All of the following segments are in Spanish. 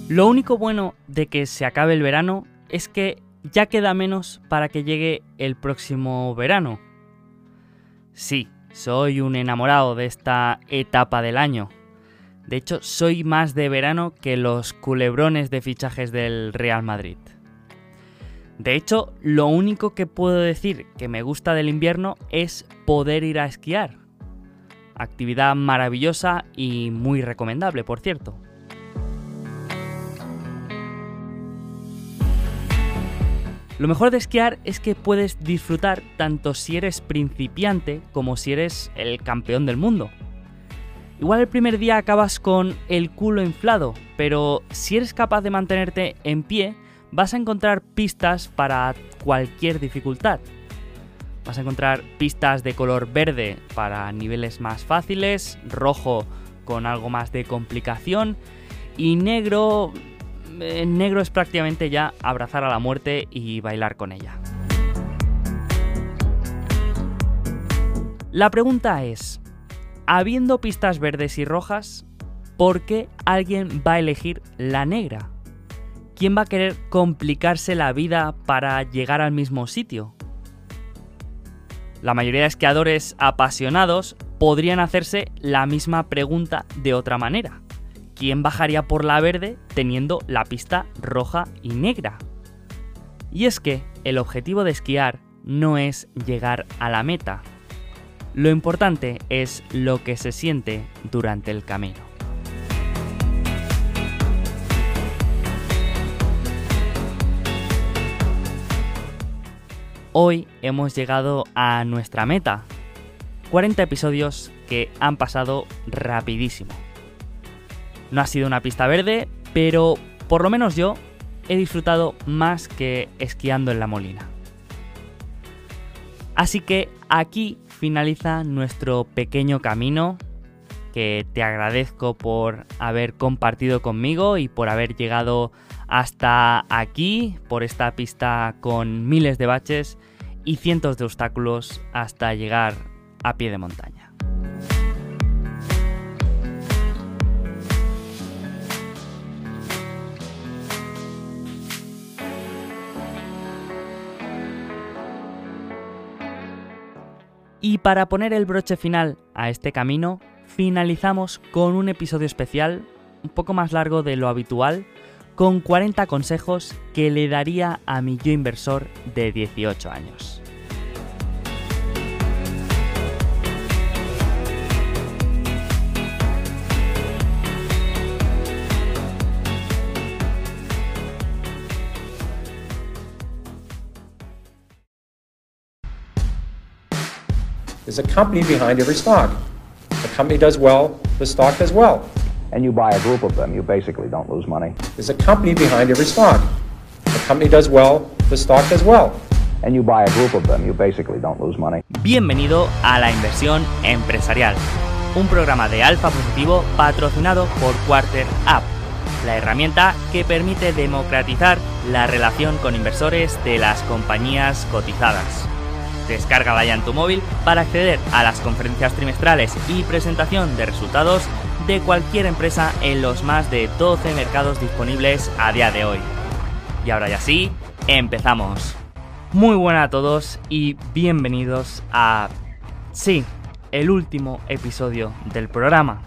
Lo único bueno de que se acabe el verano es que ya queda menos para que llegue el próximo verano. Sí, soy un enamorado de esta etapa del año. De hecho, soy más de verano que los culebrones de fichajes del Real Madrid. De hecho, lo único que puedo decir que me gusta del invierno es poder ir a esquiar. Actividad maravillosa y muy recomendable, por cierto. Lo mejor de esquiar es que puedes disfrutar tanto si eres principiante como si eres el campeón del mundo. Igual el primer día acabas con el culo inflado, pero si eres capaz de mantenerte en pie, vas a encontrar pistas para cualquier dificultad. Vas a encontrar pistas de color verde para niveles más fáciles, rojo con algo más de complicación y negro es prácticamente ya abrazar a la muerte y bailar con ella. La pregunta es, habiendo pistas verdes y rojas, ¿por qué alguien va a elegir la negra? ¿Quién va a querer complicarse la vida para llegar al mismo sitio? La mayoría de esquiadores apasionados podrían hacerse la misma pregunta de otra manera. ¿Quién bajaría por la verde teniendo la pista roja y negra? Y es que el objetivo de esquiar no es llegar a la meta. Lo importante es lo que se siente durante el camino. Hoy hemos llegado a nuestra meta. 40 episodios que han pasado rapidísimo. No ha sido una pista verde, pero por lo menos yo he disfrutado más que esquiando en La Molina. Así que aquí finaliza nuestro pequeño camino, que te agradezco por haber compartido conmigo y por haber llegado hasta aquí, por esta pista con miles de baches y cientos de obstáculos hasta llegar a pie de montaña. Y para poner el broche final a este camino, finalizamos con un episodio especial, un poco más largo de lo habitual, con 40 consejos que le daría a mi yo inversor de 18 años. There's a company behind every stock. The company does well, the stock does well. And you buy a group of them, you basically don't lose money. There's a company behind every stock. The company does well, the stock does well. And you buy a group of them, you basically don't lose money. Bienvenido a La Inversión Empresarial, un programa de alfa positivo patrocinado por Quarter Up, la herramienta que permite democratizar la relación con inversores de las compañías cotizadas. Descárgala ya en tu móvil para acceder a las conferencias trimestrales y presentación de resultados de cualquier empresa en los más de 12 mercados disponibles a día de hoy. Y ahora ya sí, empezamos. Muy buenas a todos y bienvenidos a... sí, el último episodio del programa.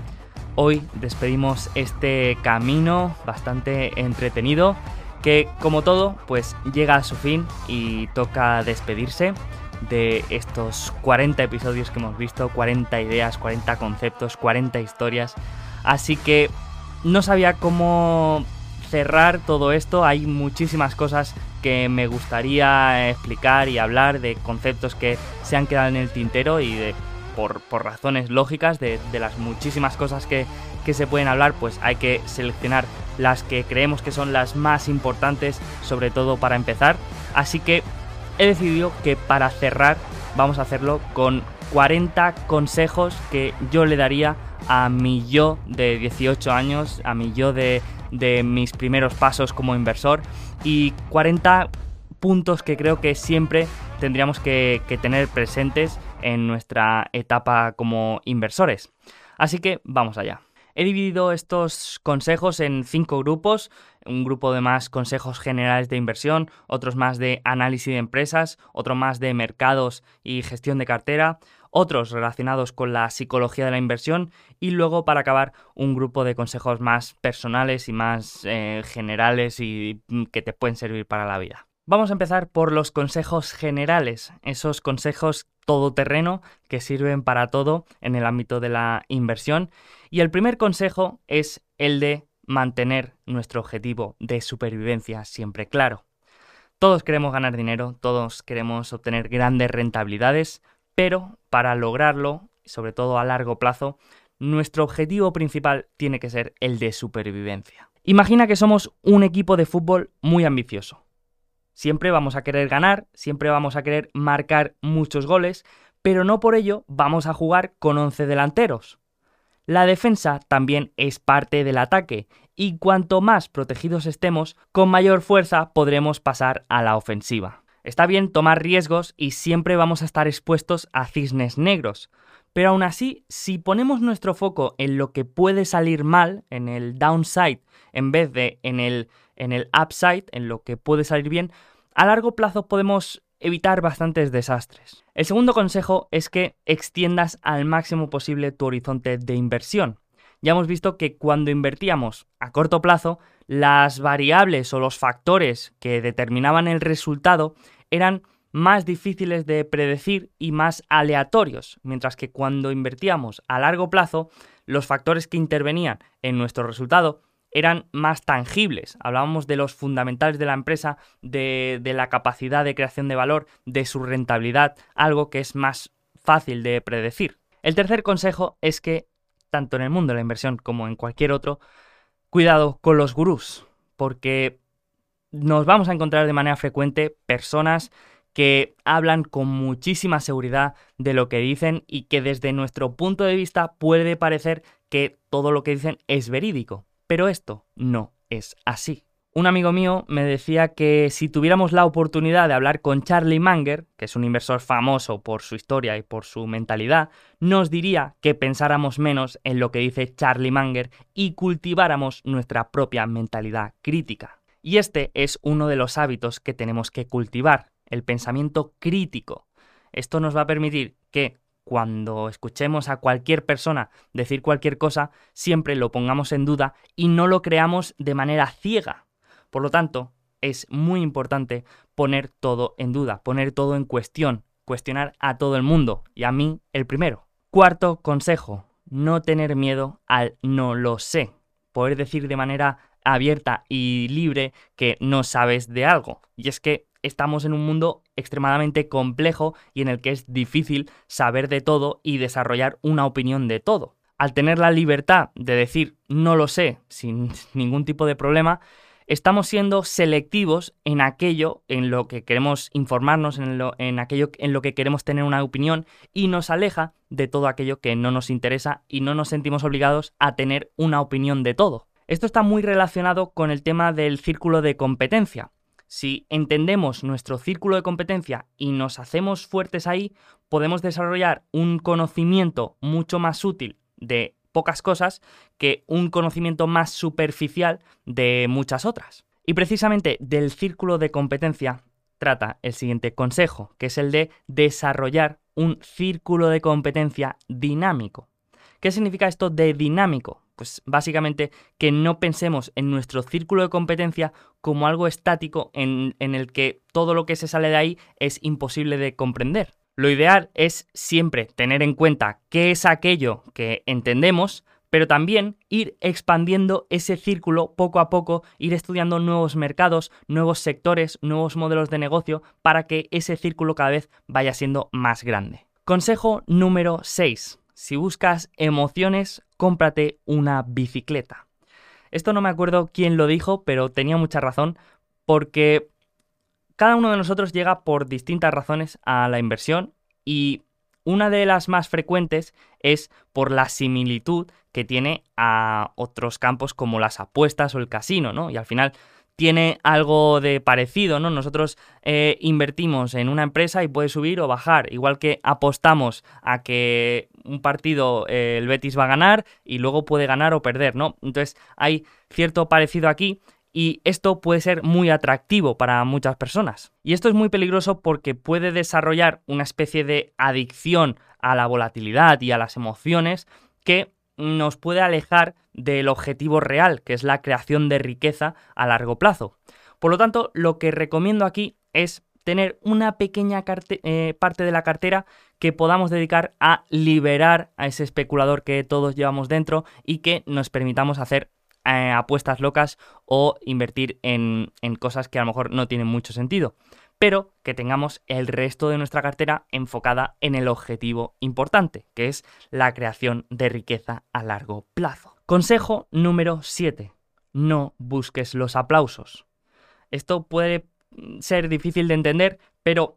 Hoy despedimos este camino bastante entretenido que, como todo, pues llega a su fin y toca despedirse de estos 40 episodios que hemos visto, 40 ideas, 40 conceptos, 40 historias. Así que no sabía cómo cerrar todo esto. Hay muchísimas cosas que me gustaría explicar y hablar, de conceptos que se han quedado en el tintero y por razones lógicas de las muchísimas cosas que se pueden hablar, pues hay que seleccionar las que creemos que son las más importantes, sobre todo para empezar. Así que he decidido que para cerrar vamos a hacerlo con 40 consejos que yo le daría a mi yo de 18 años, a mi yo de mis primeros pasos como inversor, y 40 puntos que creo que siempre tendríamos que tener presentes en nuestra etapa como inversores. Así que vamos allá. He dividido estos consejos en 5 grupos, un grupo de más consejos generales de inversión, otros más de análisis de empresas, otro más de mercados y gestión de cartera, otros relacionados con la psicología de la inversión y luego, para acabar, un grupo de consejos más personales y más generales y que te pueden servir para la vida. Vamos a empezar por los consejos generales, esos consejos todoterreno que sirven para todo en el ámbito de la inversión. Y el primer consejo es el de mantener nuestro objetivo de supervivencia siempre claro. Todos queremos ganar dinero, todos queremos obtener grandes rentabilidades, pero para lograrlo, sobre todo a largo plazo, nuestro objetivo principal tiene que ser el de supervivencia. Imagina que somos un equipo de fútbol muy ambicioso. Siempre vamos a querer ganar, siempre vamos a querer marcar muchos goles, pero no por ello vamos a jugar con 11 delanteros. La defensa también es parte del ataque, y cuanto más protegidos estemos, con mayor fuerza podremos pasar a la ofensiva. Está bien tomar riesgos y siempre vamos a estar expuestos a cisnes negros, pero aún así, si ponemos nuestro foco en lo que puede salir mal, en el downside, en vez de en el upside, en lo que puede salir bien, a largo plazo podemos evitar bastantes desastres. El segundo consejo es que extiendas al máximo posible tu horizonte de inversión. Ya hemos visto que cuando invertíamos a corto plazo, las variables o los factores que determinaban el resultado eran más difíciles de predecir y más aleatorios, mientras que cuando invertíamos a largo plazo, los factores que intervenían en nuestro resultado eran más tangibles. Hablábamos de los fundamentales de la empresa, de la capacidad de creación de valor, de su rentabilidad, algo que es más fácil de predecir. El tercer consejo es que, tanto en el mundo de la inversión como en cualquier otro, cuidado con los gurús, porque nos vamos a encontrar de manera frecuente personas que hablan con muchísima seguridad de lo que dicen y que desde nuestro punto de vista puede parecer que todo lo que dicen es verídico. Pero esto no es así. Un amigo mío me decía que si tuviéramos la oportunidad de hablar con Charlie Munger, que es un inversor famoso por su historia y por su mentalidad, nos diría que pensáramos menos en lo que dice Charlie Munger y cultiváramos nuestra propia mentalidad crítica. Y este es uno de los hábitos que tenemos que cultivar, el pensamiento crítico. Esto nos va a permitir que cuando escuchemos a cualquier persona decir cualquier cosa, siempre lo pongamos en duda y no lo creamos de manera ciega. Por lo tanto, es muy importante poner todo en duda, poner todo en cuestión, cuestionar a todo el mundo, y a mí el primero. Cuarto consejo, no tener miedo al no lo sé. Poder decir de manera abierta y libre que no sabes de algo. Y es que estamos en un mundo extremadamente complejo y en el que es difícil saber de todo y desarrollar una opinión de todo. Al tener la libertad de decir no lo sé sin ningún tipo de problema, estamos siendo selectivos en aquello en lo que queremos informarnos, en aquello en lo que queremos tener una opinión, y nos aleja de todo aquello que no nos interesa y no nos sentimos obligados a tener una opinión de todo. Esto está muy relacionado con el tema del círculo de competencia. Si entendemos nuestro círculo de competencia y nos hacemos fuertes ahí, podemos desarrollar un conocimiento mucho más útil de pocas cosas que un conocimiento más superficial de muchas otras. Y precisamente del círculo de competencia trata el siguiente consejo, que es el de desarrollar un círculo de competencia dinámico. ¿Qué significa esto de dinámico? Pues básicamente que no pensemos en nuestro círculo de competencia como algo estático en el que todo lo que se sale de ahí es imposible de comprender. Lo ideal es siempre tener en cuenta qué es aquello que entendemos, pero también ir expandiendo ese círculo poco a poco, ir estudiando nuevos mercados, nuevos sectores, nuevos modelos de negocio para que ese círculo cada vez vaya siendo más grande. Consejo número 6. Si buscas emociones, cómprate una bicicleta. Esto no me acuerdo quién lo dijo, pero tenía mucha razón, porque cada uno de nosotros llega por distintas razones a la inversión, y una de las más frecuentes es por la similitud que tiene a otros campos como las apuestas o el casino, ¿no? Y al final tiene algo de parecido, ¿no? Nosotros invertimos en una empresa y puede subir o bajar, igual que apostamos a que un partido el Betis va a ganar y luego puede ganar o perder, ¿no? Entonces hay cierto parecido aquí y esto puede ser muy atractivo para muchas personas. Y esto es muy peligroso porque puede desarrollar una especie de adicción a la volatilidad y a las emociones que nos puede alejar del objetivo real, que es la creación de riqueza a largo plazo. Por lo tanto, lo que recomiendo aquí es tener una pequeña parte de la cartera que podamos dedicar a liberar a ese especulador que todos llevamos dentro y que nos permitamos hacer apuestas locas o invertir en cosas que a lo mejor no tienen mucho sentido, pero que tengamos el resto de nuestra cartera enfocada en el objetivo importante, que es la creación de riqueza a largo plazo. Consejo número 7. No busques los aplausos. Esto puede ser difícil de entender, pero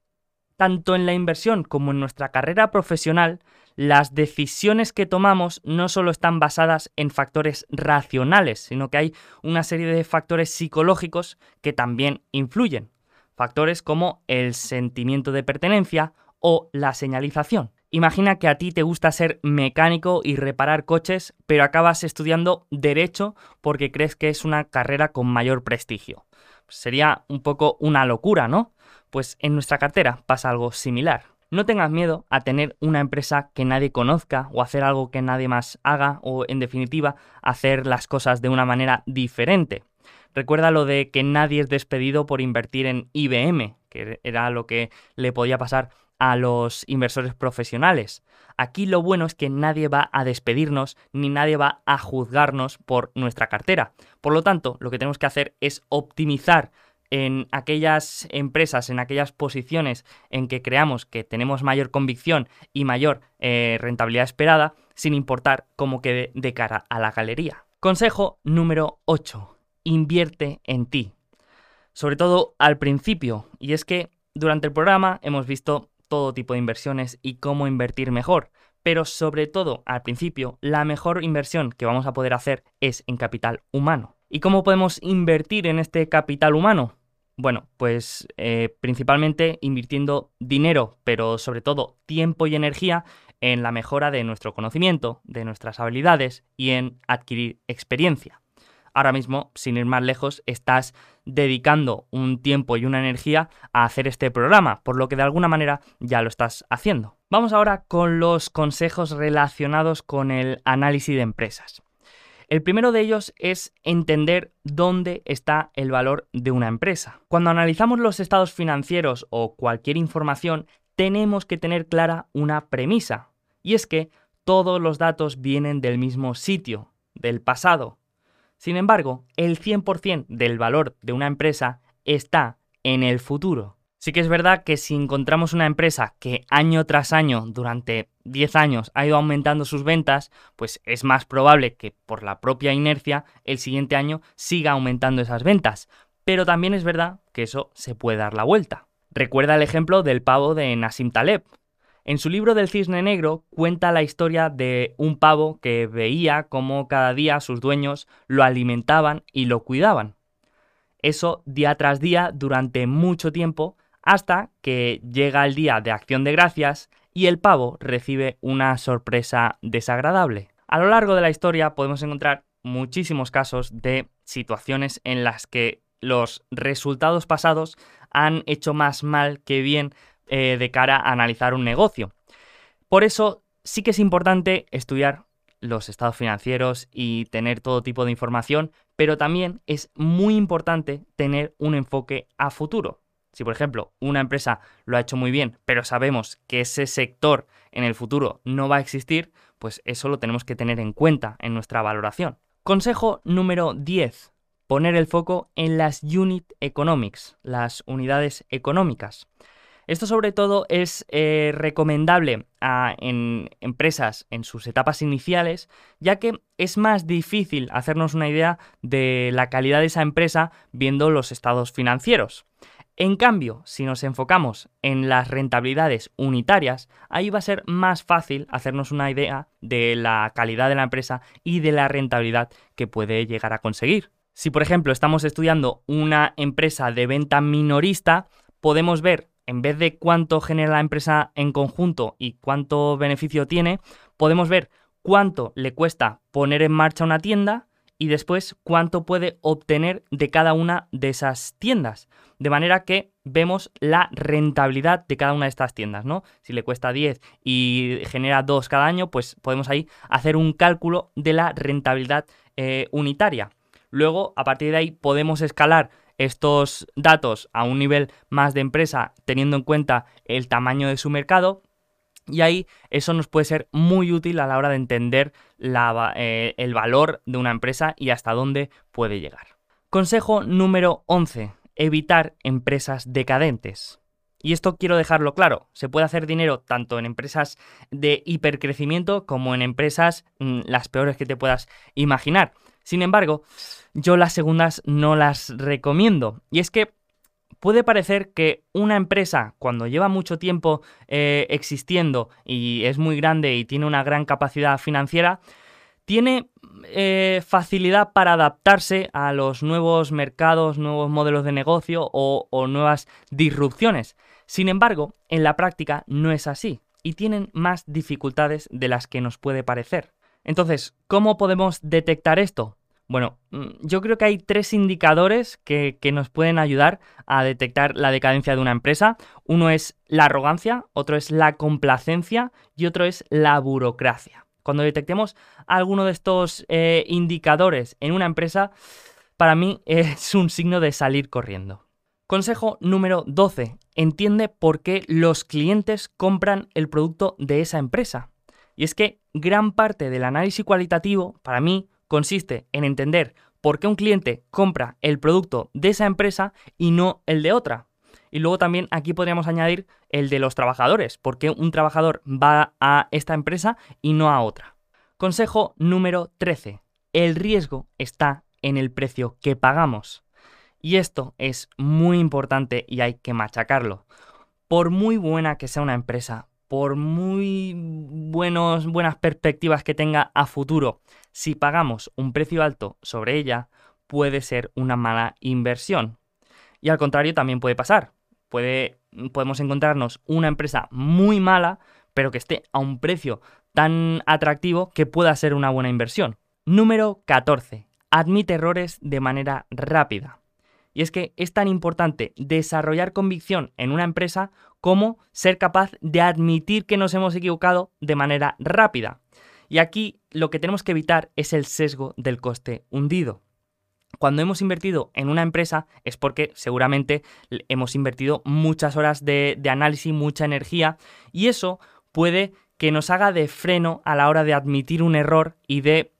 tanto en la inversión como en nuestra carrera profesional, las decisiones que tomamos no solo están basadas en factores racionales, sino que hay una serie de factores psicológicos que también influyen. Factores como el sentimiento de pertenencia o la señalización. Imagina que a ti te gusta ser mecánico y reparar coches, pero acabas estudiando Derecho porque crees que es una carrera con mayor prestigio. Sería un poco una locura, ¿no? Pues en nuestra cartera pasa algo similar. No tengas miedo a tener una empresa que nadie conozca o hacer algo que nadie más haga o, en definitiva, hacer las cosas de una manera diferente. Recuerda lo de que nadie es despedido por invertir en IBM, que era lo que le podía pasar a los inversores profesionales. Aquí lo bueno es que nadie va a despedirnos ni nadie va a juzgarnos por nuestra cartera. Por lo tanto, lo que tenemos que hacer es optimizar en aquellas empresas, en aquellas posiciones en que creamos que tenemos mayor convicción y mayor rentabilidad esperada, sin importar cómo quede de cara a la galería. Consejo número 8. Invierte en ti. Sobre todo al principio, y es que durante el programa hemos visto todo tipo de inversiones y cómo invertir mejor, pero sobre todo al principio la mejor inversión que vamos a poder hacer es en capital humano. ¿Y cómo podemos invertir en este capital humano? Bueno, pues principalmente invirtiendo dinero, pero sobre todo tiempo y energía en la mejora de nuestro conocimiento, de nuestras habilidades y en adquirir experiencia. Ahora mismo, sin ir más lejos, estás dedicando un tiempo y una energía a hacer este programa, por lo que de alguna manera ya lo estás haciendo. Vamos ahora con los consejos relacionados con el análisis de empresas. El primero de ellos es entender dónde está el valor de una empresa. Cuando analizamos los estados financieros o cualquier información, tenemos que tener clara una premisa, y es que todos los datos vienen del mismo sitio, del pasado. Sin embargo, el 100% del valor de una empresa está en el futuro. Sí que es verdad que si encontramos una empresa que año tras año, durante 10 años, ha ido aumentando sus ventas, pues es más probable que por la propia inercia el siguiente año siga aumentando esas ventas. Pero también es verdad que eso se puede dar la vuelta. Recuerda el ejemplo del pavo de Nassim Taleb. En su libro del Cisne Negro cuenta la historia de un pavo que veía cómo cada día sus dueños lo alimentaban y lo cuidaban. Eso día tras día durante mucho tiempo hasta que llega el día de Acción de Gracias y el pavo recibe una sorpresa desagradable. A lo largo de la historia podemos encontrar muchísimos casos de situaciones en las que los resultados pasados han hecho más mal que bien de cara a analizar un negocio. Por eso sí que es importante estudiar los estados financieros y tener todo tipo de información, pero también es muy importante tener un enfoque a futuro. Si, por ejemplo, una empresa lo ha hecho muy bien, pero sabemos que ese sector en el futuro no va a existir, pues eso lo tenemos que tener en cuenta en nuestra valoración. Consejo número 10. Poner el foco en las unit economics, las unidades económicas. Esto sobre todo es recomendable en empresas en sus etapas iniciales, ya que es más difícil hacernos una idea de la calidad de esa empresa viendo los estados financieros. En cambio, si nos enfocamos en las rentabilidades unitarias, ahí va a ser más fácil hacernos una idea de la calidad de la empresa y de la rentabilidad que puede llegar a conseguir. Si, por ejemplo, estamos estudiando una empresa de venta minorista, podemos ver, en vez de cuánto genera la empresa en conjunto y cuánto beneficio tiene, podemos ver cuánto le cuesta poner en marcha una tienda y después cuánto puede obtener de cada una de esas tiendas. De manera que vemos la rentabilidad de cada una de estas tiendas, ¿no? Si le cuesta 10 y genera 2 cada año, pues podemos ahí hacer un cálculo de la rentabilidad unitaria. Luego, a partir de ahí, podemos escalar estos datos a un nivel más de empresa, teniendo en cuenta el tamaño de su mercado. Y ahí eso nos puede ser muy útil a la hora de entender el valor de una empresa y hasta dónde puede llegar. Consejo número 11. Evitar empresas decadentes. Y esto quiero dejarlo claro, se puede hacer dinero tanto en empresas de hipercrecimiento como en empresas las peores que te puedas imaginar. Sin embargo, yo las segundas no las recomiendo. Y es que puede parecer que una empresa, cuando lleva mucho tiempo existiendo y es muy grande y tiene una gran capacidad financiera, tiene facilidad para adaptarse a los nuevos mercados, nuevos modelos de negocio o nuevas disrupciones. Sin embargo, en la práctica no es así y tienen más dificultades de las que nos puede parecer. Entonces, ¿cómo podemos detectar esto? Bueno, yo creo que hay 3 indicadores que nos pueden ayudar a detectar la decadencia de una empresa. Uno es la arrogancia, otro es la complacencia y otro es la burocracia. Cuando detectemos alguno de estos indicadores en una empresa, para mí es un signo de salir corriendo. Consejo número 12. Entiende por qué los clientes compran el producto de esa empresa. Y es que gran parte del análisis cualitativo, para mí, consiste en entender por qué un cliente compra el producto de esa empresa y no el de otra. Y luego también aquí podríamos añadir el de los trabajadores, por qué un trabajador va a esta empresa y no a otra. Consejo número 13. El riesgo está en el precio que pagamos. Y esto es muy importante y hay que machacarlo. Por muy buena que sea una empresa, por muy buenas perspectivas que tenga a futuro, si pagamos un precio alto sobre ella, puede ser una mala inversión. Y al contrario también puede pasar. Podemos encontrarnos una empresa muy mala, pero que esté a un precio tan atractivo que pueda ser una buena inversión. Número 14. Admite errores de manera rápida. Y es que es tan importante desarrollar convicción en una empresa como ser capaz de admitir que nos hemos equivocado de manera rápida. Y aquí lo que tenemos que evitar es el sesgo del coste hundido. Cuando hemos invertido en una empresa es porque seguramente hemos invertido muchas horas de análisis, mucha energía, y eso puede que nos haga de freno a la hora de admitir un error y de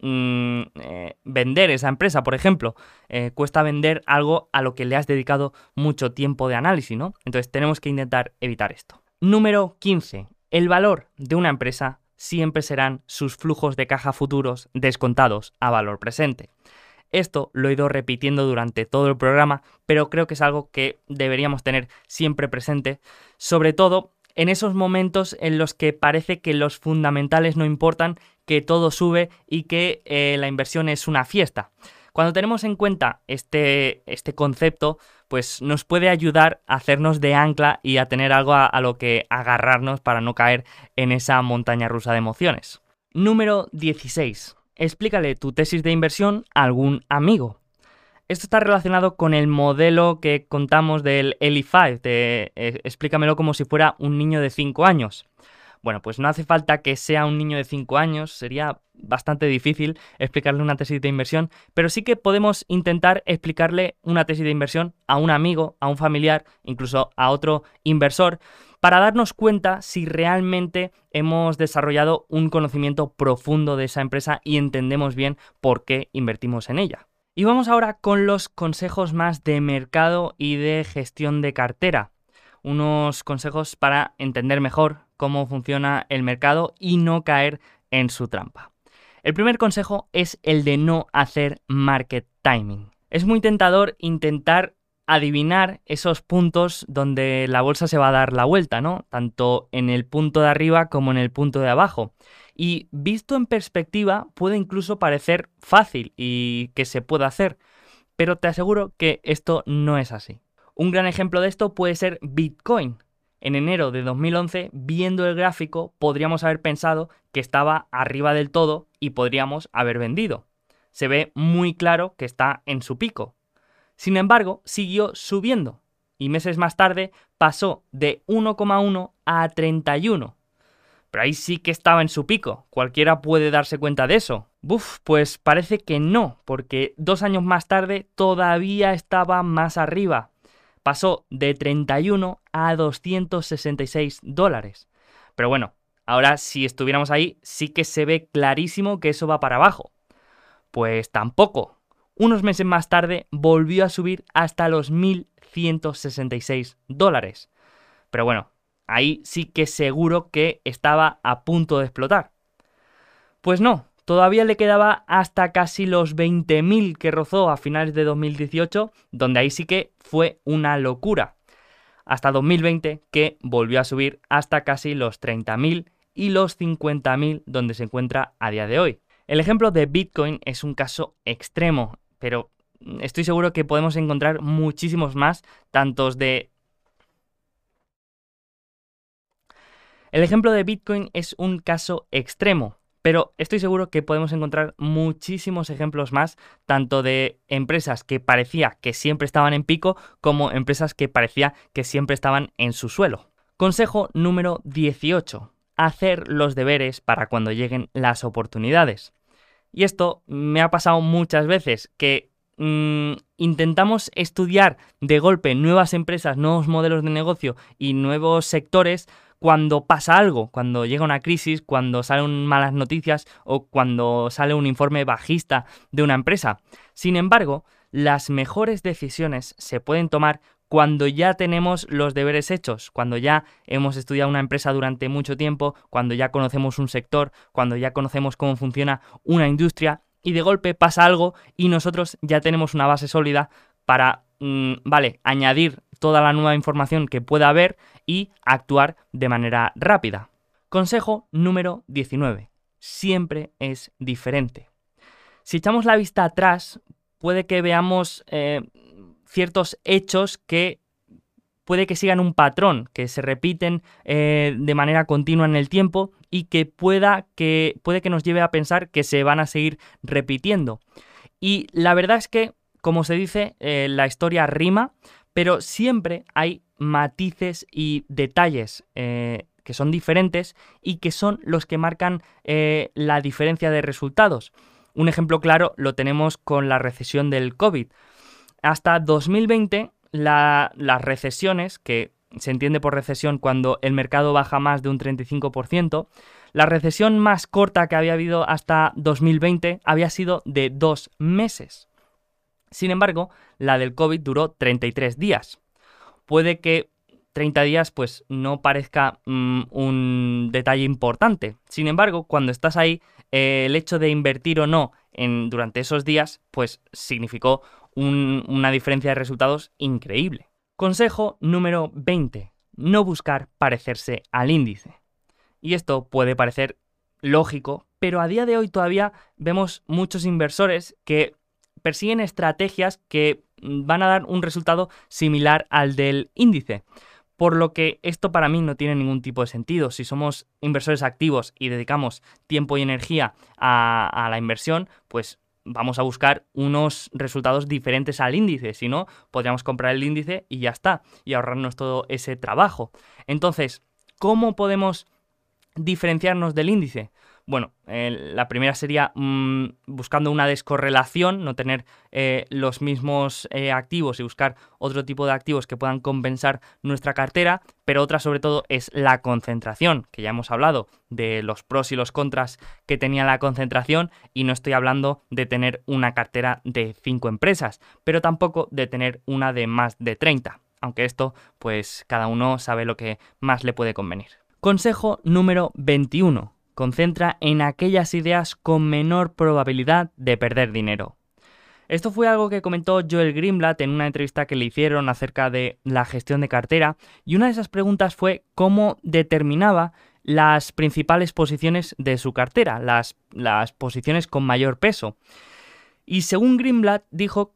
vender esa empresa, por ejemplo. Cuesta vender algo a lo que le has dedicado mucho tiempo de análisis, ¿no? Entonces tenemos que intentar evitar esto. Número 15. El valor de una empresa siempre serán sus flujos de caja futuros descontados a valor presente. Esto lo he ido repitiendo durante todo el programa, pero creo que es algo que deberíamos tener siempre presente, sobre todo en esos momentos en los que parece que los fundamentales no importan, que todo sube y que la inversión es una fiesta. Cuando tenemos en cuenta este concepto, pues nos puede ayudar a hacernos de ancla y a tener algo a lo que agarrarnos para no caer en esa montaña rusa de emociones. Número 16. Explícale tu tesis de inversión a algún amigo. Esto está relacionado con el modelo que contamos del ELI5, explícamelo como si fuera un niño de 5 años. Bueno, pues no hace falta que sea un niño de 5 años, sería bastante difícil explicarle una tesis de inversión, pero sí que podemos intentar explicarle una tesis de inversión a un amigo, a un familiar, incluso a otro inversor, para darnos cuenta si realmente hemos desarrollado un conocimiento profundo de esa empresa y entendemos bien por qué invertimos en ella. Y vamos ahora con los consejos más de mercado y de gestión de cartera. Unos consejos para entender mejor cómo funciona el mercado y no caer en su trampa. El primer consejo es el de no hacer market timing. Es muy tentador intentar adivinar esos puntos donde la bolsa se va a dar la vuelta, ¿no? Tanto en el punto de arriba como en el punto de abajo. Y visto en perspectiva puede incluso parecer fácil y que se pueda hacer, pero te aseguro que esto no es así. Un gran ejemplo de esto puede ser Bitcoin. En enero de 2011, viendo el gráfico, podríamos haber pensado que estaba arriba del todo y podríamos haber vendido. Se ve muy claro que está en su pico. Sin embargo, siguió subiendo y meses más tarde pasó de 1,1 a 31. Pero ahí sí que estaba en su pico. Cualquiera puede darse cuenta de eso. Pues parece que no, porque 2 años más tarde todavía estaba más arriba. Pasó de 31 a 266 dólares. Pero bueno, ahora si estuviéramos ahí, sí que se ve clarísimo que eso va para abajo. Pues tampoco. Unos meses más tarde volvió a subir hasta los 1.166 dólares. Pero bueno, ahí sí que seguro que estaba a punto de explotar. Pues no, todavía le quedaba hasta casi los 20.000 que rozó a finales de 2018, donde ahí sí que fue una locura. Hasta 2020, que volvió a subir hasta casi los 30.000 y los 50.000, donde se encuentra a día de hoy. El ejemplo de Bitcoin es un caso extremo, pero estoy seguro que podemos encontrar muchísimos más, El ejemplo de Bitcoin es un caso extremo, pero estoy seguro que podemos encontrar muchísimos ejemplos más, tanto de empresas que parecía que siempre estaban en pico, como empresas que parecía que siempre estaban en su suelo. Consejo número 18. Hacer los deberes para cuando lleguen las oportunidades. Y esto me ha pasado muchas veces, que intentamos estudiar de golpe nuevas empresas, nuevos modelos de negocio y nuevos sectores cuando pasa algo, cuando llega una crisis, cuando salen malas noticias o cuando sale un informe bajista de una empresa. Sin embargo, las mejores decisiones se pueden tomar cuando ya tenemos los deberes hechos, cuando ya hemos estudiado una empresa durante mucho tiempo, cuando ya conocemos un sector, cuando ya conocemos cómo funciona una industria y de golpe pasa algo y nosotros ya tenemos una base sólida para, añadir toda la nueva información que pueda haber y actuar de manera rápida. Consejo número 19. Siempre es diferente. Si echamos la vista atrás, puede que veamos ciertos hechos que puede que sigan un patrón, que se repiten de manera continua en el tiempo y que puede que nos lleve a pensar que se van a seguir repitiendo. Y la verdad es que, como se dice, la historia rima, pero siempre hay matices y detalles que son diferentes y que son los que marcan la diferencia de resultados. Un ejemplo claro lo tenemos con la recesión del COVID. Hasta 2020, las recesiones, que se entiende por recesión cuando el mercado baja más de un 35%, la recesión más corta que había habido hasta 2020 había sido de 2 meses. Sin embargo, la del COVID duró 33 días. Puede que 30 días pues no parezca un detalle importante. Sin embargo, cuando estás ahí, el hecho de invertir o no durante esos días, pues significó una diferencia de resultados increíble. Consejo número 20. No buscar parecerse al índice. Y esto puede parecer lógico, pero a día de hoy todavía vemos muchos inversores que persiguen estrategias que van a dar un resultado similar al del índice. Por lo que esto para mí no tiene ningún tipo de sentido. Si somos inversores activos y dedicamos tiempo y energía a la inversión, pues vamos a buscar unos resultados diferentes al índice. Si no, podríamos comprar el índice y ya está, y ahorrarnos todo ese trabajo. Entonces, ¿cómo podemos diferenciarnos del índice? Bueno, la primera sería buscando una descorrelación, no tener los mismos activos y buscar otro tipo de activos que puedan compensar nuestra cartera, pero otra sobre todo es la concentración, que ya hemos hablado de los pros y los contras que tenía la concentración, y no estoy hablando de tener una cartera de 5 empresas, pero tampoco de tener una de más de 30, aunque esto pues cada uno sabe lo que más le puede convenir. Consejo número 21. Concentra en aquellas ideas con menor probabilidad de perder dinero. Esto fue algo que comentó Joel Greenblatt en una entrevista que le hicieron acerca de la gestión de cartera, y una de esas preguntas fue cómo determinaba las principales posiciones de su cartera, las posiciones con mayor peso. Y según Greenblatt dijo que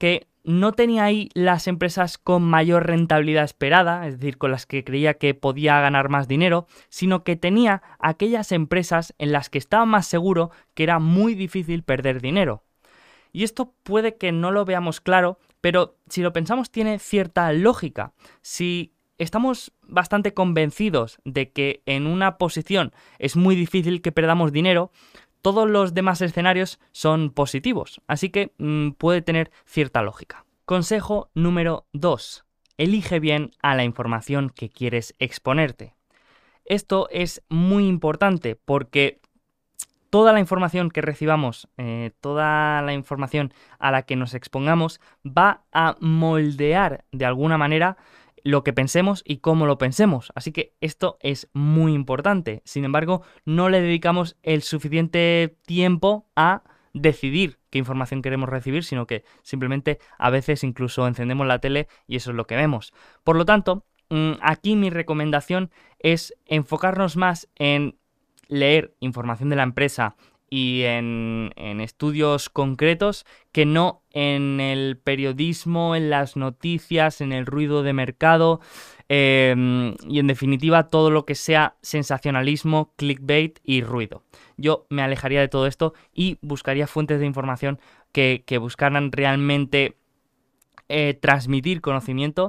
no tenía ahí las empresas con mayor rentabilidad esperada, es decir, con las que creía que podía ganar más dinero, sino que tenía aquellas empresas en las que estaba más seguro que era muy difícil perder dinero. Y esto puede que no lo veamos claro, pero si lo pensamos tiene cierta lógica. Si estamos bastante convencidos de que en una posición es muy difícil que perdamos dinero, todos los demás escenarios son positivos, así que puede tener cierta lógica. Consejo número 2. Elige bien a la información que quieres exponerte. Esto es muy importante porque toda la información que recibamos, toda la información a la que nos expongamos va a moldear de alguna manera lo que pensemos y cómo lo pensemos. Así que esto es muy importante. Sin embargo, no le dedicamos el suficiente tiempo a decidir qué información queremos recibir, sino que simplemente a veces incluso encendemos la tele y eso es lo que vemos. Por lo tanto, aquí mi recomendación es enfocarnos más en leer información de la empresa y en estudios concretos que no en el periodismo, en las noticias, en el ruido de mercado y en definitiva todo lo que sea sensacionalismo, clickbait y ruido. Yo me alejaría de todo esto y buscaría fuentes de información que buscaran realmente transmitir conocimiento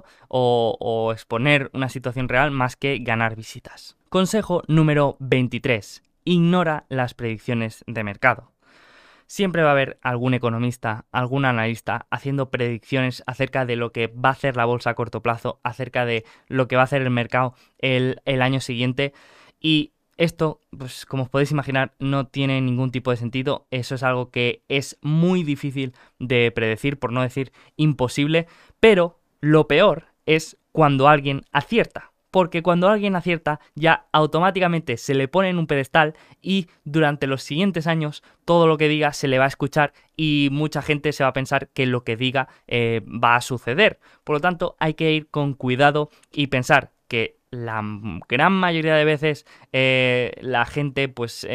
o exponer una situación real más que ganar visitas. Consejo número 23. Ignora las predicciones de mercado. Siempre va a haber algún economista, algún analista haciendo predicciones acerca de lo que va a hacer la bolsa a corto plazo, acerca de lo que va a hacer el mercado el año siguiente y esto, pues como os podéis imaginar, no tiene ningún tipo de sentido. Eso es algo que es muy difícil de predecir, por no decir imposible, pero lo peor es cuando alguien acierta. Porque cuando alguien acierta ya automáticamente se le pone en un pedestal y durante los siguientes años todo lo que diga se le va a escuchar y mucha gente se va a pensar que lo que diga va a suceder. Por lo tanto, hay que ir con cuidado y pensar que la gran mayoría de veces la gente pues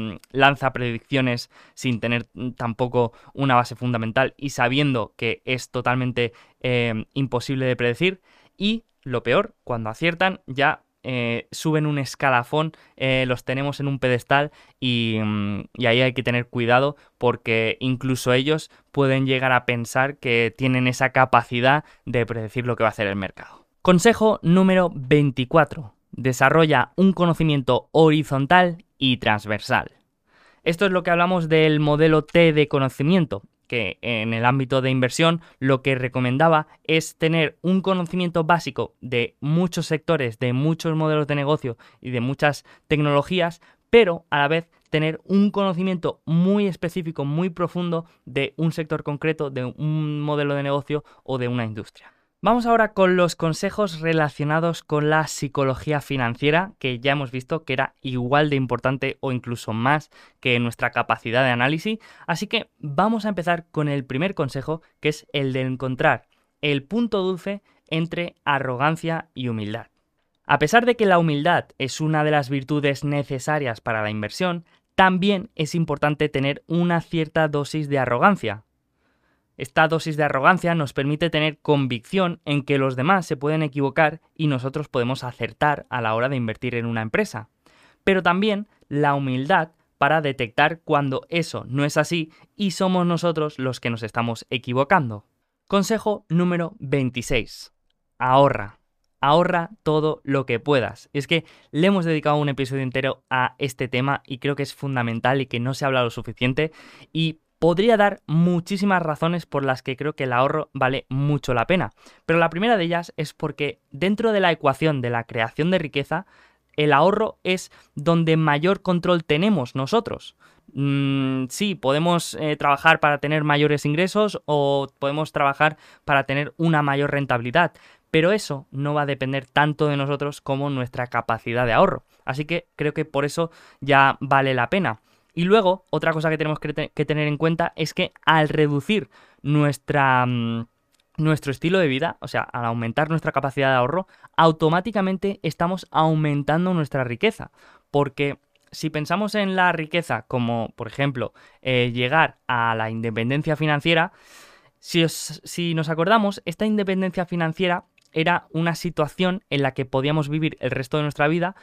lanza predicciones sin tener tampoco una base fundamental y sabiendo que es totalmente imposible de predecir. Y lo peor, cuando aciertan ya suben un escalafón, los tenemos en un pedestal y ahí hay que tener cuidado porque incluso ellos pueden llegar a pensar que tienen esa capacidad de predecir lo que va a hacer el mercado. Consejo número 24. Desarrolla un conocimiento horizontal y transversal. Esto es lo que hablamos del modelo T de conocimiento, que en el ámbito de inversión lo que recomendaba es tener un conocimiento básico de muchos sectores, de muchos modelos de negocio y de muchas tecnologías, pero a la vez tener un conocimiento muy específico, muy profundo de un sector concreto, de un modelo de negocio o de una industria. Vamos ahora con los consejos relacionados con la psicología financiera, que ya hemos visto que era igual de importante o incluso más que nuestra capacidad de análisis. Así que vamos a empezar con el primer consejo, que es el de encontrar el punto dulce entre arrogancia y humildad. A pesar de que la humildad es una de las virtudes necesarias para la inversión, también es importante tener una cierta dosis de arrogancia. Esta dosis de arrogancia nos permite tener convicción en que los demás se pueden equivocar y nosotros podemos acertar a la hora de invertir en una empresa. Pero también la humildad para detectar cuando eso no es así y somos nosotros los que nos estamos equivocando. Consejo número 26. Ahorra. Ahorra todo lo que puedas. Y es que le hemos dedicado un episodio entero a este tema y creo que es fundamental y que no se habla lo suficiente y podría dar muchísimas razones por las que creo que el ahorro vale mucho la pena, pero la primera de ellas es porque dentro de la ecuación de la creación de riqueza, el ahorro es donde mayor control tenemos nosotros. Sí, podemos trabajar para tener mayores ingresos o podemos trabajar para tener una mayor rentabilidad, pero eso no va a depender tanto de nosotros como nuestra capacidad de ahorro. Así que creo que por eso ya vale la pena. Y luego, otra cosa que tenemos que tener en cuenta es que al reducir nuestro estilo de vida, o sea, al aumentar nuestra capacidad de ahorro, automáticamente estamos aumentando nuestra riqueza. Porque si pensamos en la riqueza como, por ejemplo, llegar a la independencia financiera, Si nos acordamos, esta independencia financiera era una situación en la que podíamos vivir el resto de nuestra vida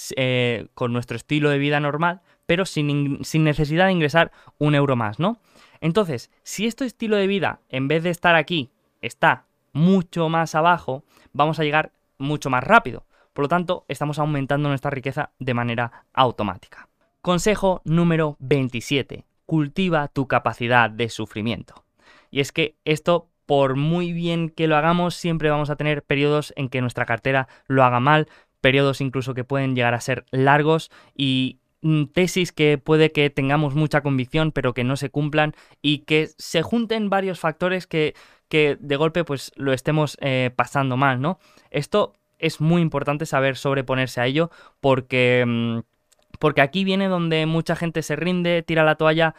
con nuestro estilo de vida normal, pero sin necesidad de ingresar un euro más, ¿no? Entonces, si este estilo de vida, en vez de estar aquí, está mucho más abajo, vamos a llegar mucho más rápido. Por lo tanto, estamos aumentando nuestra riqueza de manera automática. Consejo número 27. Cultiva tu capacidad de sufrimiento. Y es que esto, por muy bien que lo hagamos, siempre vamos a tener periodos en que nuestra cartera lo haga mal, periodos incluso que pueden llegar a ser largos y tesis que puede que tengamos mucha convicción pero que no se cumplan y que se junten varios factores que de golpe pues lo estemos pasando mal, ¿no? Esto es muy importante saber sobreponerse a ello porque aquí viene donde mucha gente se rinde, tira la toalla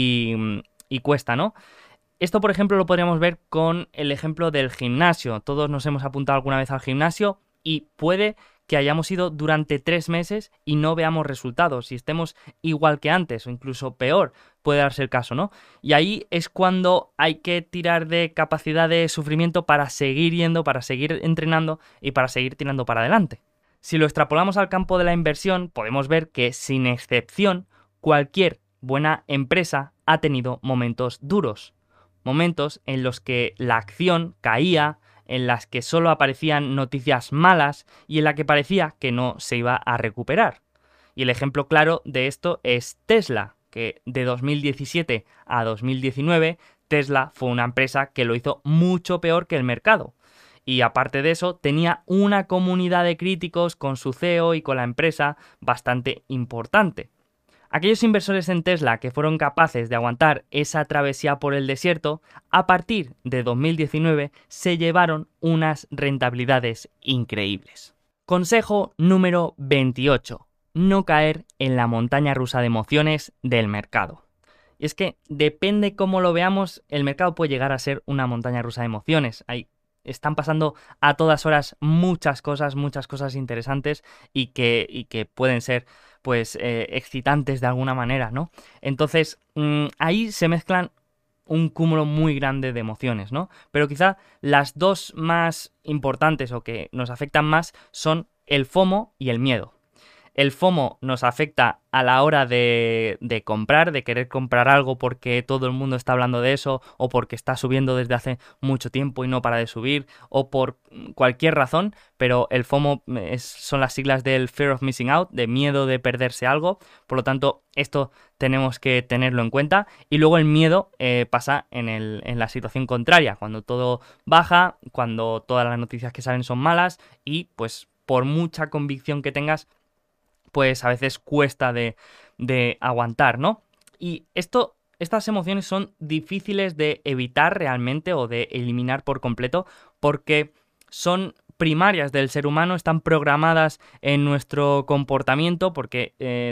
y cuesta, ¿no? Esto, por ejemplo, lo podríamos ver con el ejemplo del gimnasio. Todos nos hemos apuntado alguna vez al gimnasio y puede que hayamos ido durante 3 meses y no veamos resultados y estemos igual que antes o incluso peor, puede darse el caso, ¿no? Y ahí es cuando hay que tirar de capacidad de sufrimiento para seguir yendo, para seguir entrenando y para seguir tirando para adelante. Si lo extrapolamos al campo de la inversión, podemos ver que, sin excepción, cualquier buena empresa ha tenido momentos duros. Momentos en los que la acción caía, en las que solo aparecían noticias malas y en la que parecía que no se iba a recuperar. Y el ejemplo claro de esto es Tesla, que de 2017 a 2019 Tesla fue una empresa que lo hizo mucho peor que el mercado. Y aparte de eso, tenía una comunidad de críticos con su CEO y con la empresa bastante importante. Aquellos inversores en Tesla que fueron capaces de aguantar esa travesía por el desierto, a partir de 2019 se llevaron unas rentabilidades increíbles. Consejo número 28. No caer en la montaña rusa de emociones del mercado. Y es que depende cómo lo veamos, el mercado puede llegar a ser una montaña rusa de emociones. Están pasando a todas horas muchas cosas interesantes y que pueden ser pues excitantes de alguna manera, ¿no? Entonces ahí se mezclan un cúmulo muy grande de emociones, ¿no? Pero quizá las dos más importantes o que nos afectan más son el FOMO y el miedo. El FOMO nos afecta a la hora de comprar, de querer comprar algo porque todo el mundo está hablando de eso o porque está subiendo desde hace mucho tiempo y no para de subir o por cualquier razón, pero el FOMO son las siglas del Fear of Missing Out, de miedo de perderse algo, por lo tanto esto tenemos que tenerlo en cuenta. Y luego el miedo pasa en la situación contraria, cuando todo baja, cuando todas las noticias que salen son malas y pues por mucha convicción que tengas, pues a veces cuesta de aguantar, ¿no? Y estas emociones son difíciles de evitar realmente o de eliminar por completo porque son primarias del ser humano, están programadas en nuestro comportamiento porque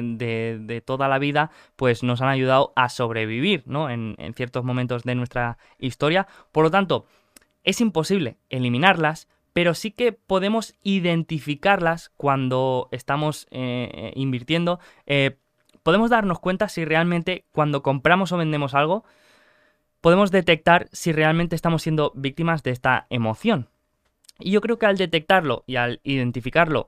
de toda la vida pues nos han ayudado a sobrevivir, ¿no? En ciertos momentos de nuestra historia. Por lo tanto, es imposible eliminarlas, pero sí que podemos identificarlas cuando estamos invirtiendo. Podemos darnos cuenta si realmente cuando compramos o vendemos algo, podemos detectar si realmente estamos siendo víctimas de esta emoción. Y yo creo que al detectarlo y al identificarlo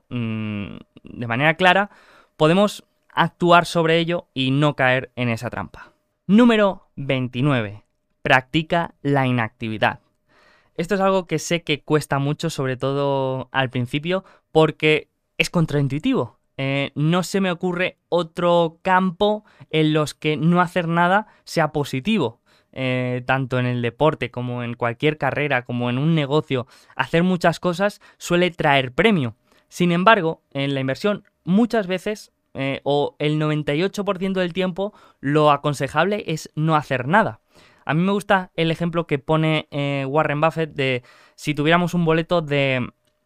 de manera clara, podemos actuar sobre ello y no caer en esa trampa. Número 29. Practica la inactividad. Esto es algo que sé que cuesta mucho, sobre todo al principio, porque es contraintuitivo. No se me ocurre otro campo en los que no hacer nada sea positivo. Tanto en el deporte como en cualquier carrera, como en un negocio, hacer muchas cosas suele traer premio. Sin embargo, en la inversión muchas veces, o el 98% del tiempo, lo aconsejable es no hacer nada. A mí me gusta el ejemplo que pone Warren Buffett de si tuviéramos un boleto de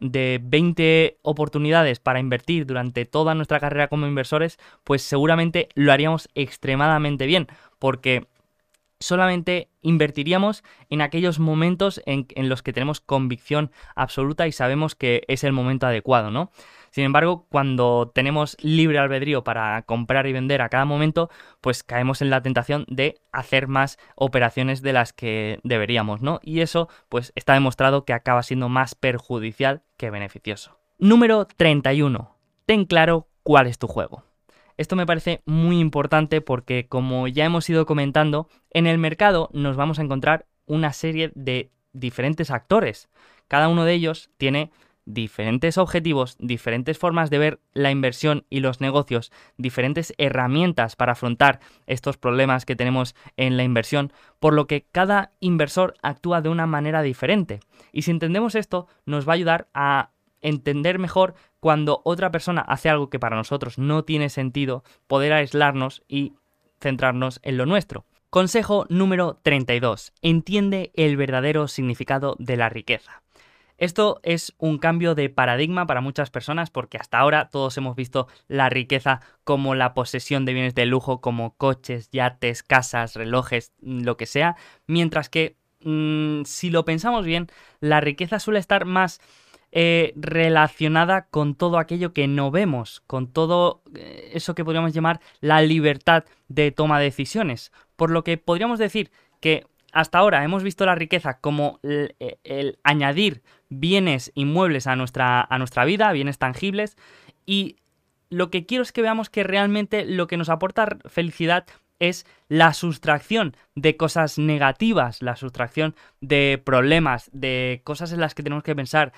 20 oportunidades para invertir durante toda nuestra carrera como inversores, pues seguramente lo haríamos extremadamente bien, porque solamente invertiríamos en aquellos momentos en los que tenemos convicción absoluta y sabemos que es el momento adecuado, ¿no? Sin embargo, cuando tenemos libre albedrío para comprar y vender a cada momento, pues caemos en la tentación de hacer más operaciones de las que deberíamos, ¿no? Y eso, pues está demostrado que acaba siendo más perjudicial que beneficioso. Número 31. Ten claro cuál es tu juego. Esto me parece muy importante porque, como ya hemos ido comentando, en el mercado nos vamos a encontrar una serie de diferentes actores. Cada uno de ellos tiene diferentes objetivos, diferentes formas de ver la inversión y los negocios, diferentes herramientas para afrontar estos problemas que tenemos en la inversión, por lo que cada inversor actúa de una manera diferente. Y si entendemos esto, nos va a ayudar a entender mejor cuando otra persona hace algo que para nosotros no tiene sentido, poder aislarnos y centrarnos en lo nuestro. Consejo número 32. Entiende el verdadero significado de la riqueza. Esto es un cambio de paradigma para muchas personas porque hasta ahora todos hemos visto la riqueza como la posesión de bienes de lujo como coches, yates, casas, relojes, lo que sea, mientras que si lo pensamos bien, la riqueza suele estar más relacionada con todo aquello que no vemos, con todo eso que podríamos llamar la libertad de toma de decisiones. Por lo que podríamos decir que hasta ahora hemos visto la riqueza como el añadir bienes inmuebles a nuestra vida, bienes tangibles, y lo que quiero es que veamos que realmente lo que nos aporta felicidad es la sustracción de cosas negativas, la sustracción de problemas, de cosas en las que tenemos que pensar,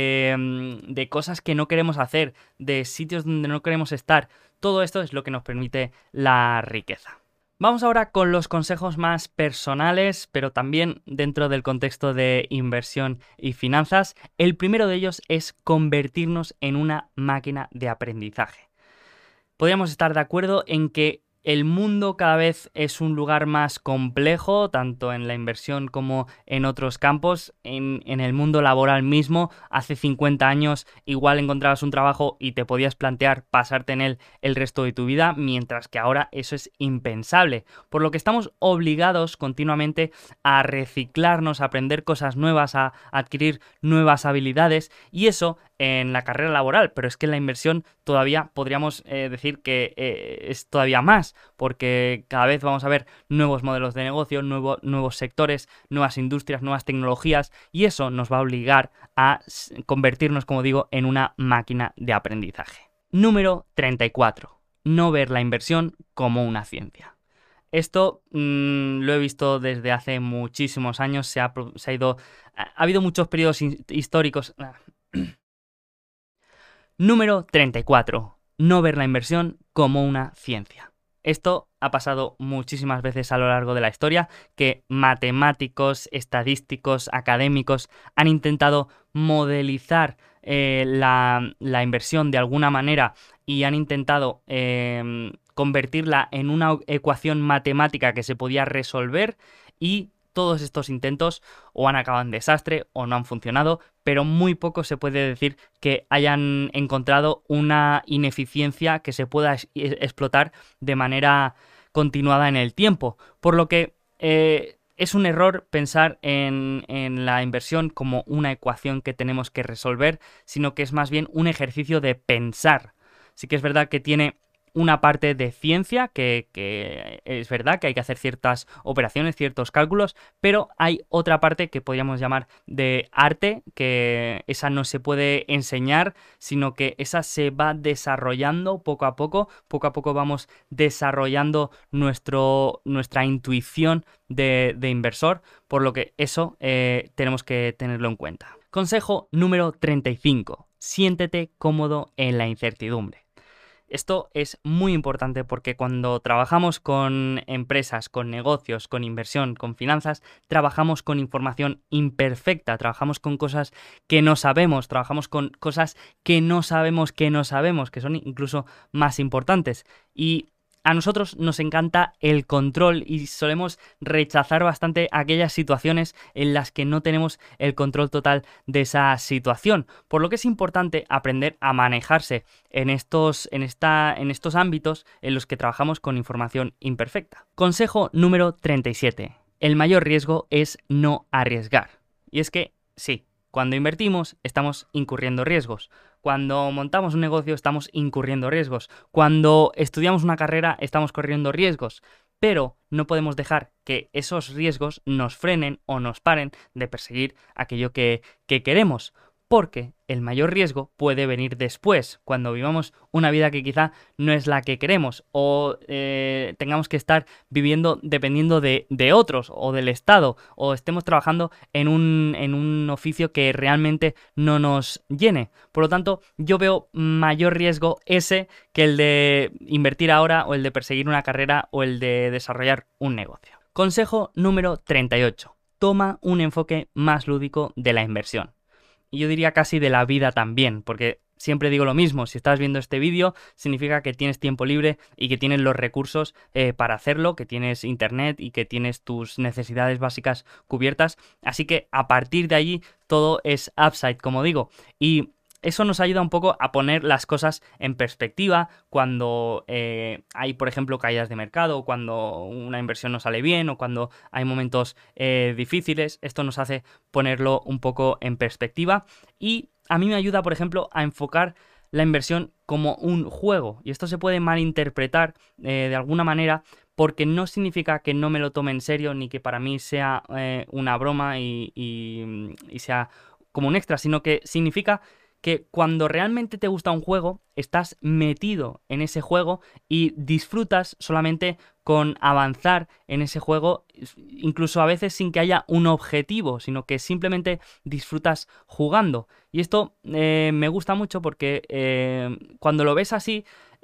de cosas que no queremos hacer, de sitios donde no queremos estar. Todo esto es lo que nos permite la riqueza. Vamos ahora con los consejos más personales, pero también dentro del contexto de inversión y finanzas. El primero de ellos es convertirnos en una máquina de aprendizaje. Podríamos estar de acuerdo en que el mundo cada vez es un lugar más complejo, tanto en la inversión como en otros campos. En el mundo laboral mismo, hace 50 años igual encontrabas un trabajo y te podías plantear pasarte en él el resto de tu vida, mientras que ahora eso es impensable. Por lo que estamos obligados continuamente a reciclarnos, a aprender cosas nuevas, a adquirir nuevas habilidades, y eso en la carrera laboral, pero es que en la inversión todavía podríamos decir que es todavía más, porque cada vez vamos a ver nuevos modelos de negocio, nuevos sectores, nuevas industrias, nuevas tecnologías, y eso nos va a obligar a convertirnos, como digo, en una máquina de aprendizaje. Número 34. No ver la inversión como una ciencia. Esto lo he visto desde hace muchísimos años, ha habido muchos periodos históricos. Número 34. No ver la inversión como una ciencia. Esto ha pasado muchísimas veces a lo largo de la historia, que matemáticos, estadísticos, académicos han intentado modelizar la inversión de alguna manera y han intentado convertirla en una ecuación matemática que se podía resolver, y todos estos intentos o han acabado en desastre o no han funcionado, pero muy poco se puede decir que hayan encontrado una ineficiencia que se pueda explotar de manera continuada en el tiempo. Por lo que es un error pensar en la inversión como una ecuación que tenemos que resolver, sino que es más bien un ejercicio de pensar. Sí que es verdad que tiene una parte de ciencia, que es verdad que hay que hacer ciertas operaciones, ciertos cálculos, pero hay otra parte que podríamos llamar de arte, que esa no se puede enseñar, sino que esa se va desarrollando poco a poco vamos desarrollando nuestra intuición de inversor, por lo que eso tenemos que tenerlo en cuenta. Consejo número 35. Siéntete cómodo en la incertidumbre. Esto es muy importante porque cuando trabajamos con empresas, con negocios, con inversión, con finanzas, trabajamos con información imperfecta, trabajamos con cosas que no sabemos, trabajamos con cosas que no sabemos, que son incluso más importantes. Y a nosotros nos encanta el control y solemos rechazar bastante aquellas situaciones en las que no tenemos el control total de esa situación, por lo que es importante aprender a manejarse en estos ámbitos en los que trabajamos con información imperfecta. Consejo número 37. El mayor riesgo es no arriesgar. Y es que sí, Cuando invertimos, estamos incurriendo riesgos. Cuando montamos un negocio, estamos incurriendo riesgos. Cuando estudiamos una carrera, estamos corriendo riesgos. Pero no podemos dejar que esos riesgos nos frenen o nos paren de perseguir aquello que queremos. Porque el mayor riesgo puede venir después, cuando vivamos una vida que quizá no es la que queremos o tengamos que estar viviendo dependiendo de otros o del Estado o estemos trabajando en un oficio que realmente no nos llene. Por lo tanto, yo veo mayor riesgo ese que el de invertir ahora o el de perseguir una carrera o el de desarrollar un negocio. Consejo número 38. Toma un enfoque más lúdico de la inversión. Y yo diría casi de la vida también, porque siempre digo lo mismo, si estás viendo este vídeo significa que tienes tiempo libre y que tienes los recursos para hacerlo, que tienes internet y que tienes tus necesidades básicas cubiertas, así que a partir de allí todo es upside, como digo, y eso nos ayuda un poco a poner las cosas en perspectiva cuando hay, por ejemplo, caídas de mercado, o cuando una inversión no sale bien o cuando hay momentos difíciles. Esto nos hace ponerlo un poco en perspectiva y a mí me ayuda, por ejemplo, a enfocar la inversión como un juego. Y esto se puede malinterpretar de alguna manera porque no significa que no me lo tome en serio ni que para mí sea una broma y sea como un extra, sino que significa que cuando realmente te gusta un juego, estás metido en ese juego y disfrutas solamente con avanzar en ese juego, incluso a veces sin que haya un objetivo, sino que simplemente disfrutas jugando. Y esto me gusta mucho porque cuando lo ves así,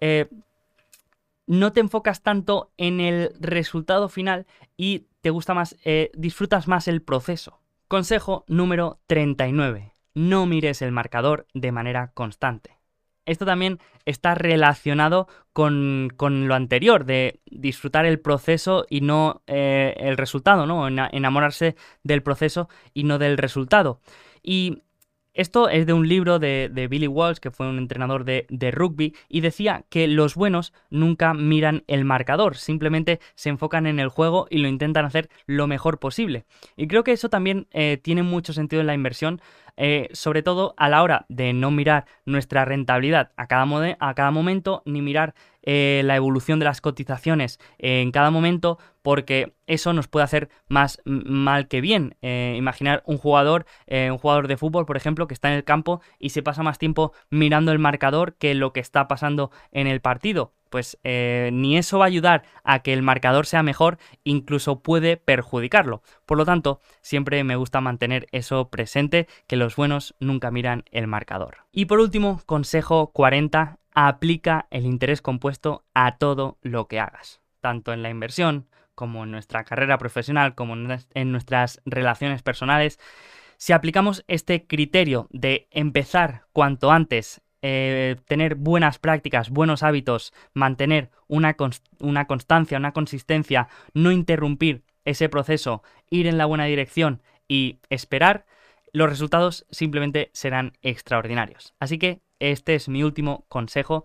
no te enfocas tanto en el resultado final y te gusta más, disfrutas más el proceso. Consejo número 39. No mires el marcador de manera constante. Esto también está relacionado con lo anterior, de disfrutar el proceso y no el resultado, ¿no? Enamorarse del proceso y no del resultado. Y esto es de un libro de Billy Walsh, que fue un entrenador de rugby, y decía que los buenos nunca miran el marcador, simplemente se enfocan en el juego y lo intentan hacer lo mejor posible. Y creo que eso también tiene mucho sentido en la inversión, sobre todo a la hora de no mirar nuestra rentabilidad a cada momento, ni mirar la evolución de las cotizaciones en cada momento, porque eso nos puede hacer más mal que bien. Imaginar un jugador de fútbol, por ejemplo, que está en el campo y se pasa más tiempo mirando el marcador que lo que está pasando en el partido. Pues ni eso va a ayudar a que el marcador sea mejor, incluso puede perjudicarlo. Por lo tanto, siempre me gusta mantener eso presente, que los buenos nunca miran el marcador. Y por último, consejo 40, aplica el interés compuesto a todo lo que hagas, tanto en la inversión como en nuestra carrera profesional, como en nuestras relaciones personales. Si aplicamos este criterio de empezar cuanto antes, tener buenas prácticas, buenos hábitos, mantener una constancia, una consistencia, no interrumpir ese proceso, ir en la buena dirección y esperar, los resultados simplemente serán extraordinarios. Así que este es mi último consejo.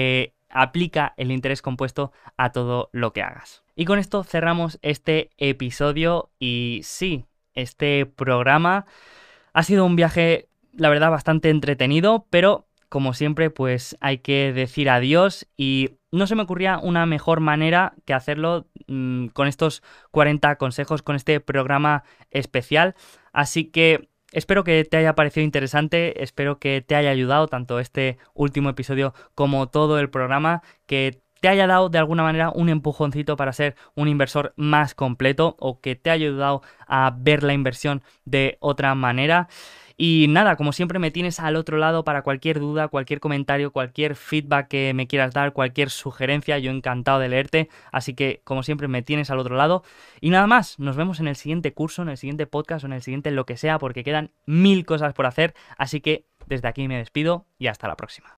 Aplica el interés compuesto a todo lo que hagas. Y con esto cerramos este episodio y sí, este programa ha sido un viaje, la verdad, bastante entretenido, pero como siempre, pues hay que decir adiós y no se me ocurría una mejor manera que hacerlo con estos 40 consejos, con este programa especial. Así que espero que te haya parecido interesante, espero que te haya ayudado tanto este último episodio como todo el programa, que te haya dado de alguna manera un empujoncito para ser un inversor más completo o que te haya ayudado a ver la inversión de otra manera. Y nada, como siempre me tienes al otro lado para cualquier duda, cualquier comentario, cualquier feedback que me quieras dar, cualquier sugerencia, yo encantado de leerte, así que como siempre me tienes al otro lado. Y nada más, nos vemos en el siguiente curso, en el siguiente podcast o en el siguiente lo que sea, porque quedan 1000 cosas por hacer, así que desde aquí me despido y hasta la próxima.